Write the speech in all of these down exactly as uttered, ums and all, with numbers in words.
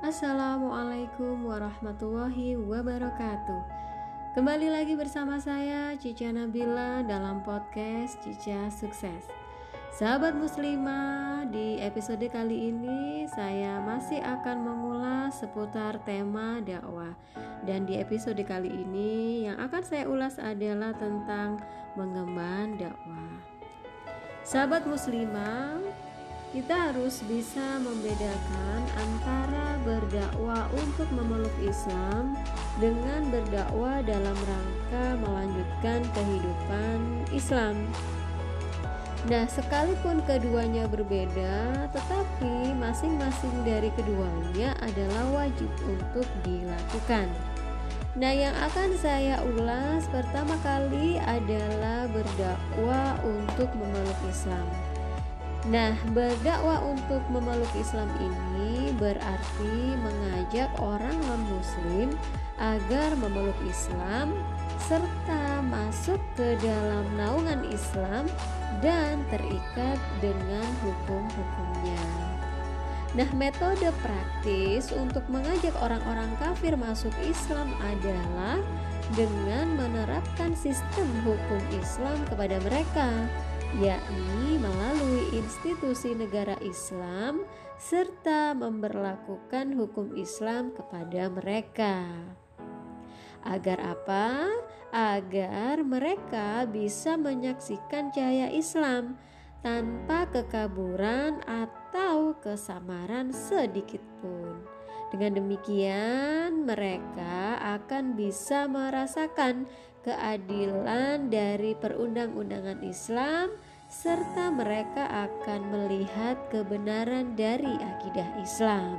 Assalamualaikum warahmatullahi wabarakatuh. Kembali lagi bersama saya Cica Nabila dalam podcast Cica Sukses. Sahabat muslimah, di episode kali ini saya masih akan mengulas seputar tema dakwah. Dan di episode kali ini yang akan saya ulas adalah tentang mengemban dakwah. Sahabat muslimah, kita harus bisa membedakan antara berdakwah untuk memeluk Islam dengan berdakwah dalam rangka melanjutkan kehidupan Islam. Nah, sekalipun keduanya berbeda, tetapi masing-masing dari keduanya adalah wajib untuk dilakukan. Nah, yang akan saya ulas pertama kali adalah berdakwah untuk memeluk Islam. Nah, berdakwah untuk memeluk Islam ini berarti mengajak orang non-muslim agar memeluk Islam serta masuk ke dalam naungan Islam dan terikat dengan hukum-hukumnya. Nah, metode praktis untuk mengajak orang-orang kafir masuk Islam adalah dengan menerapkan sistem hukum Islam kepada mereka, yakni melalui institusi negara Islam serta memberlakukan hukum Islam kepada mereka. Agar apa? Agar mereka bisa menyaksikan cahaya Islam tanpa kekaburan atau kesamaran sedikit pun. Dengan demikian, mereka akan bisa merasakan keadilan dari perundang-undangan Islam serta mereka akan melihat kebenaran dari akidah Islam.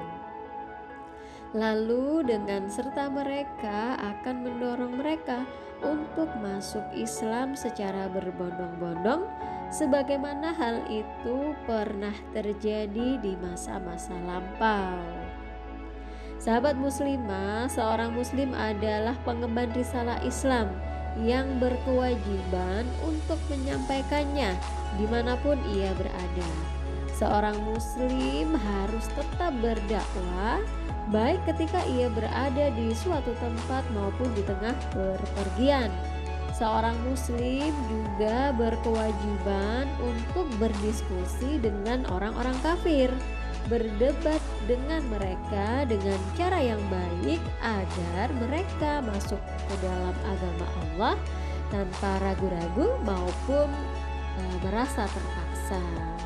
Lalu dengan serta mereka akan mendorong mereka untuk masuk Islam secara berbondong-bondong sebagaimana hal itu pernah terjadi di masa-masa lampau. Sahabat muslimah, seorang muslim adalah pengemban risalah Islam yang berkewajiban untuk menyampaikannya dimanapun ia berada. Seorang muslim harus tetap berdakwah baik ketika ia berada di suatu tempat maupun di tengah bepergian. Seorang muslim juga berkewajiban untuk berdiskusi dengan orang-orang kafir, berdebat dengan mereka dengan cara yang baik agar mereka masuk ke dalam agama Allah tanpa ragu-ragu maupun e, merasa terpaksa.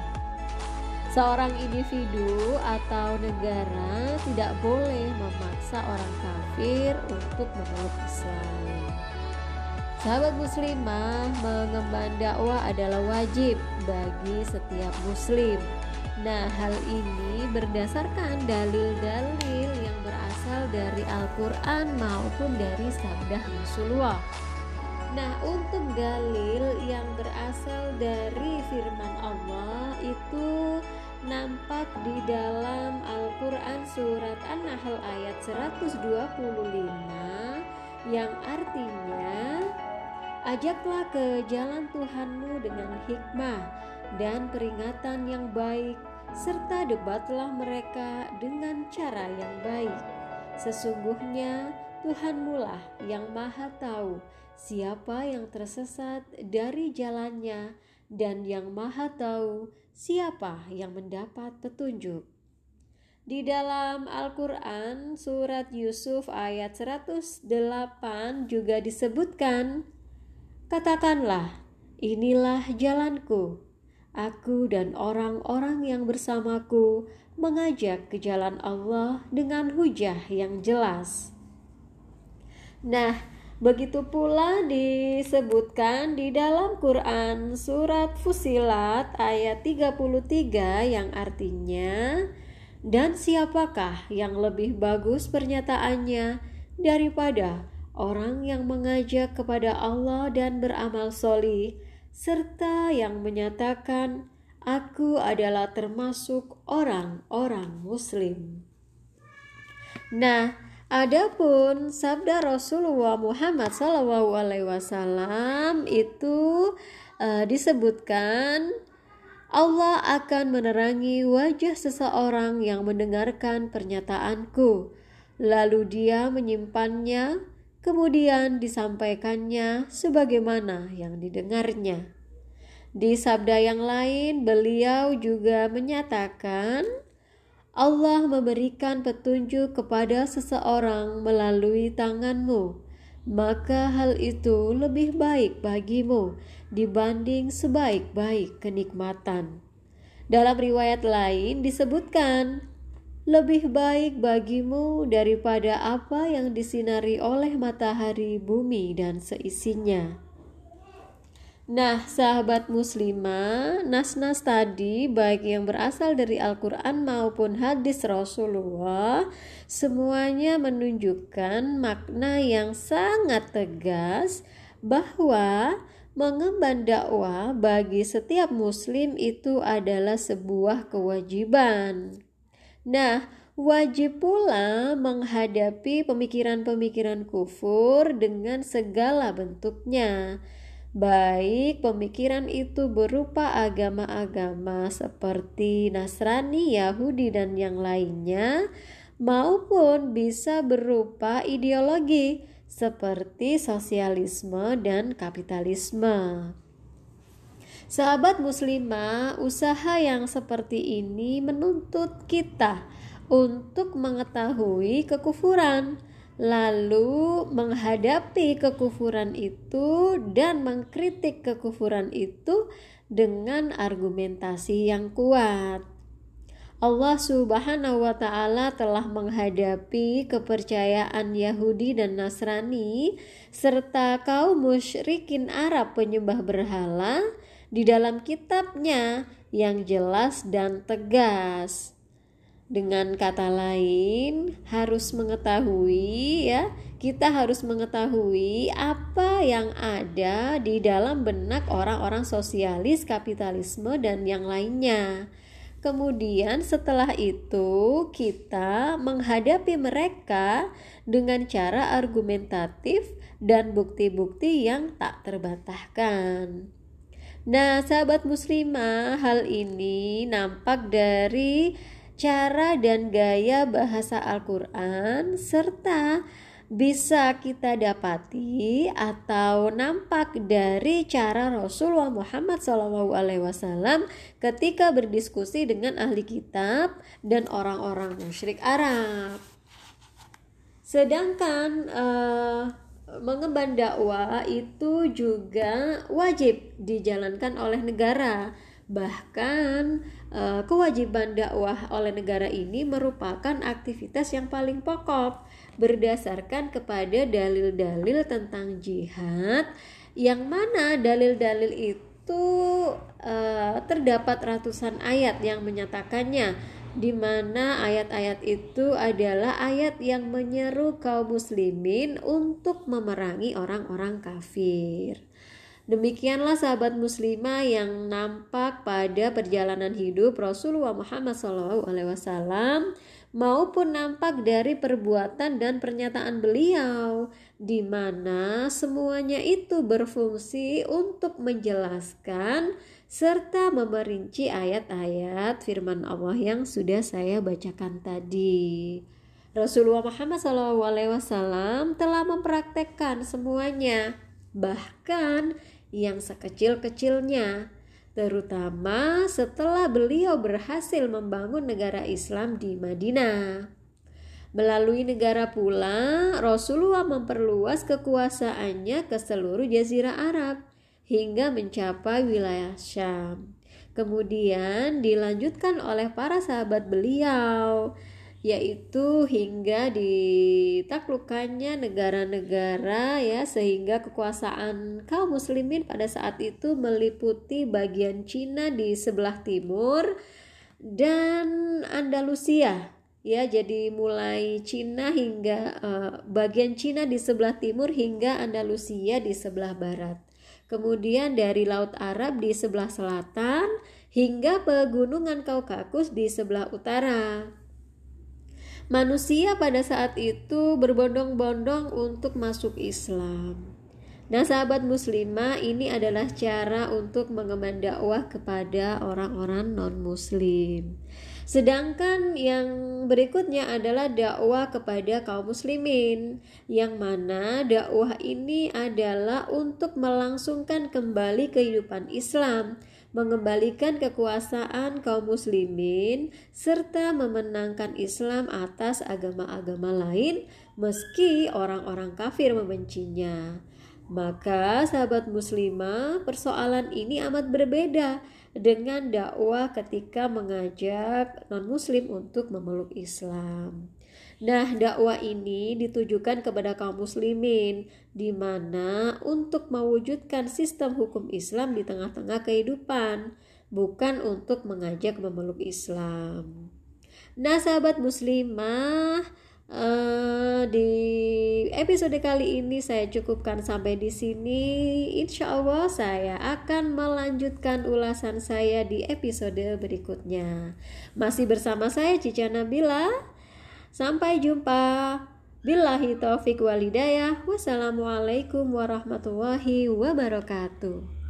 Seorang individu atau negara tidak boleh memaksa orang kafir untuk memeluk Islam. Sahabat muslimah, mengemban dakwah adalah wajib bagi setiap muslim. Nah, hal ini berdasarkan dalil-dalil yang berasal dari Al-Quran maupun dari sabda Rasulullah. Nah, untuk dalil yang berasal dari firman Allah itu nampak di dalam Al-Quran surat An-Nahl ayat seratus dua puluh lima yang artinya, ajaklah ke jalan Tuhanmu dengan hikmah dan peringatan yang baik, serta debatlah mereka dengan cara yang baik. Sesungguhnya Tuhanmulah yang maha tahu siapa yang tersesat dari jalannya dan yang maha tahu siapa yang mendapat petunjuk. Di dalam Al-Quran surat Yusuf ayat seratus delapan juga disebutkan, katakanlah, inilah jalanku. Aku dan orang-orang yang bersamaku mengajak ke jalan Allah dengan hujah yang jelas. Nah, begitu pula disebutkan di dalam Quran surat Fussilat ayat tiga puluh tiga yang artinya, dan siapakah yang lebih bagus pernyataannya daripada orang yang mengajak kepada Allah dan beramal solih, serta yang menyatakan, aku adalah termasuk orang-orang muslim. Nah, adapun sabda Rasulullah Muhammad shallallahu alaihi wasallam itu uh, disebutkan Allah akan menerangi wajah seseorang yang mendengarkan pernyataanku, lalu dia menyimpannya, kemudian disampaikannya sebagaimana yang didengarnya. Di sabda yang lain, beliau juga menyatakan, Allah memberikan petunjuk kepada seseorang melalui tanganmu, maka hal itu lebih baik bagimu dibanding sebaik-baik kenikmatan. Dalam riwayat lain disebutkan, lebih baik bagimu daripada apa yang disinari oleh matahari, bumi, dan seisinya. Nah, sahabat muslimah, nas-nas tadi baik yang berasal dari Al-Quran maupun hadis Rasulullah, semuanya menunjukkan makna yang sangat tegas bahwa mengemban dakwah bagi setiap muslim itu adalah sebuah kewajiban. Nah, wajib pula menghadapi pemikiran-pemikiran kufur dengan segala bentuknya, baik pemikiran itu berupa agama-agama seperti Nasrani, Yahudi, dan yang lainnya, maupun bisa berupa ideologi seperti sosialisme dan kapitalisme. Sahabat muslimah, usaha yang seperti ini menuntut kita untuk mengetahui kekufuran, lalu menghadapi kekufuran itu dan mengkritik kekufuran itu dengan argumentasi yang kuat. Allah Subhanahu wa Ta'ala telah menghadapi kepercayaan Yahudi dan Nasrani serta kaum musyrikin Arab penyembah berhala di dalam kitabnya yang jelas dan tegas. Dengan kata lain, harus mengetahui ya, kita harus mengetahui apa yang ada di dalam benak orang-orang sosialis, kapitalisme, dan yang lainnya. Kemudian setelah itu kita menghadapi mereka dengan cara argumentatif dan bukti-bukti yang tak terbantahkan. Nah, sahabat muslimah, hal ini nampak dari cara dan gaya bahasa Al-Quran serta bisa kita dapati atau nampak dari cara Rasulullah Muhammad shallallahu alaihi wasallam ketika berdiskusi dengan ahli kitab dan orang-orang musyrik Arab. Sedangkan uh, mengemban dakwah itu juga wajib dijalankan oleh negara. Bahkan eh, kewajiban dakwah oleh negara ini merupakan aktivitas yang paling pokok berdasarkan kepada dalil-dalil tentang jihad, yang mana dalil-dalil itu eh, terdapat ratusan ayat yang menyatakannya, di mana ayat-ayat itu adalah ayat yang menyeru kaum muslimin untuk memerangi orang-orang kafir. Demikianlah sahabat muslimah yang nampak pada perjalanan hidup Rasulullah Muhammad shallallahu alaihi wasallam maupun nampak dari perbuatan dan pernyataan beliau, di mana semuanya itu berfungsi untuk menjelaskan serta memerinci ayat-ayat firman Allah yang sudah saya bacakan tadi. Rasulullah Muhammad shallallahu alaihi wasallam telah mempraktekkan semuanya, bahkan yang sekecil-kecilnya, terutama setelah beliau berhasil membangun negara Islam di Madinah. Melalui negara pula, Rasulullah memperluas kekuasaannya ke seluruh Jazirah Arab hingga mencapai wilayah Syam. Kemudian dilanjutkan oleh para sahabat beliau, yaitu hingga ditaklukkannya negara-negara ya, sehingga kekuasaan kaum muslimin pada saat itu meliputi bagian Cina di sebelah timur dan Andalusia ya, jadi mulai Cina hingga uh, bagian Cina di sebelah timur hingga Andalusia di sebelah barat. Kemudian dari Laut Arab di sebelah selatan hingga pegunungan Kaukasus di sebelah utara. Manusia pada saat itu berbondong-bondong untuk masuk Islam. Nah, sahabat muslimah, ini adalah cara untuk mengemban dakwah kepada orang-orang non-muslim. Sedangkan yang berikutnya adalah dakwah kepada kaum muslimin, yang mana dakwah ini adalah untuk melangsungkan kembali kehidupan Islam, mengembalikan kekuasaan kaum muslimin, serta memenangkan Islam atas agama-agama lain meski orang-orang kafir membencinya. Maka sahabat muslimah, persoalan ini amat berbeda dengan dakwah ketika mengajak non-muslim untuk memeluk Islam. Nah, dakwah ini ditujukan kepada kaum muslimin, di mana untuk mewujudkan sistem hukum Islam di tengah-tengah kehidupan, bukan untuk mengajak memeluk Islam. Nah, sahabat muslimah, Uh, di episode kali ini saya cukupkan sampai di sini. Insya Allah saya akan melanjutkan ulasan saya di episode berikutnya. Masih bersama saya Cica Nabila. Sampai jumpa. Billahi taufik walhidayah. Wassalamualaikum warahmatullahi wabarakatuh.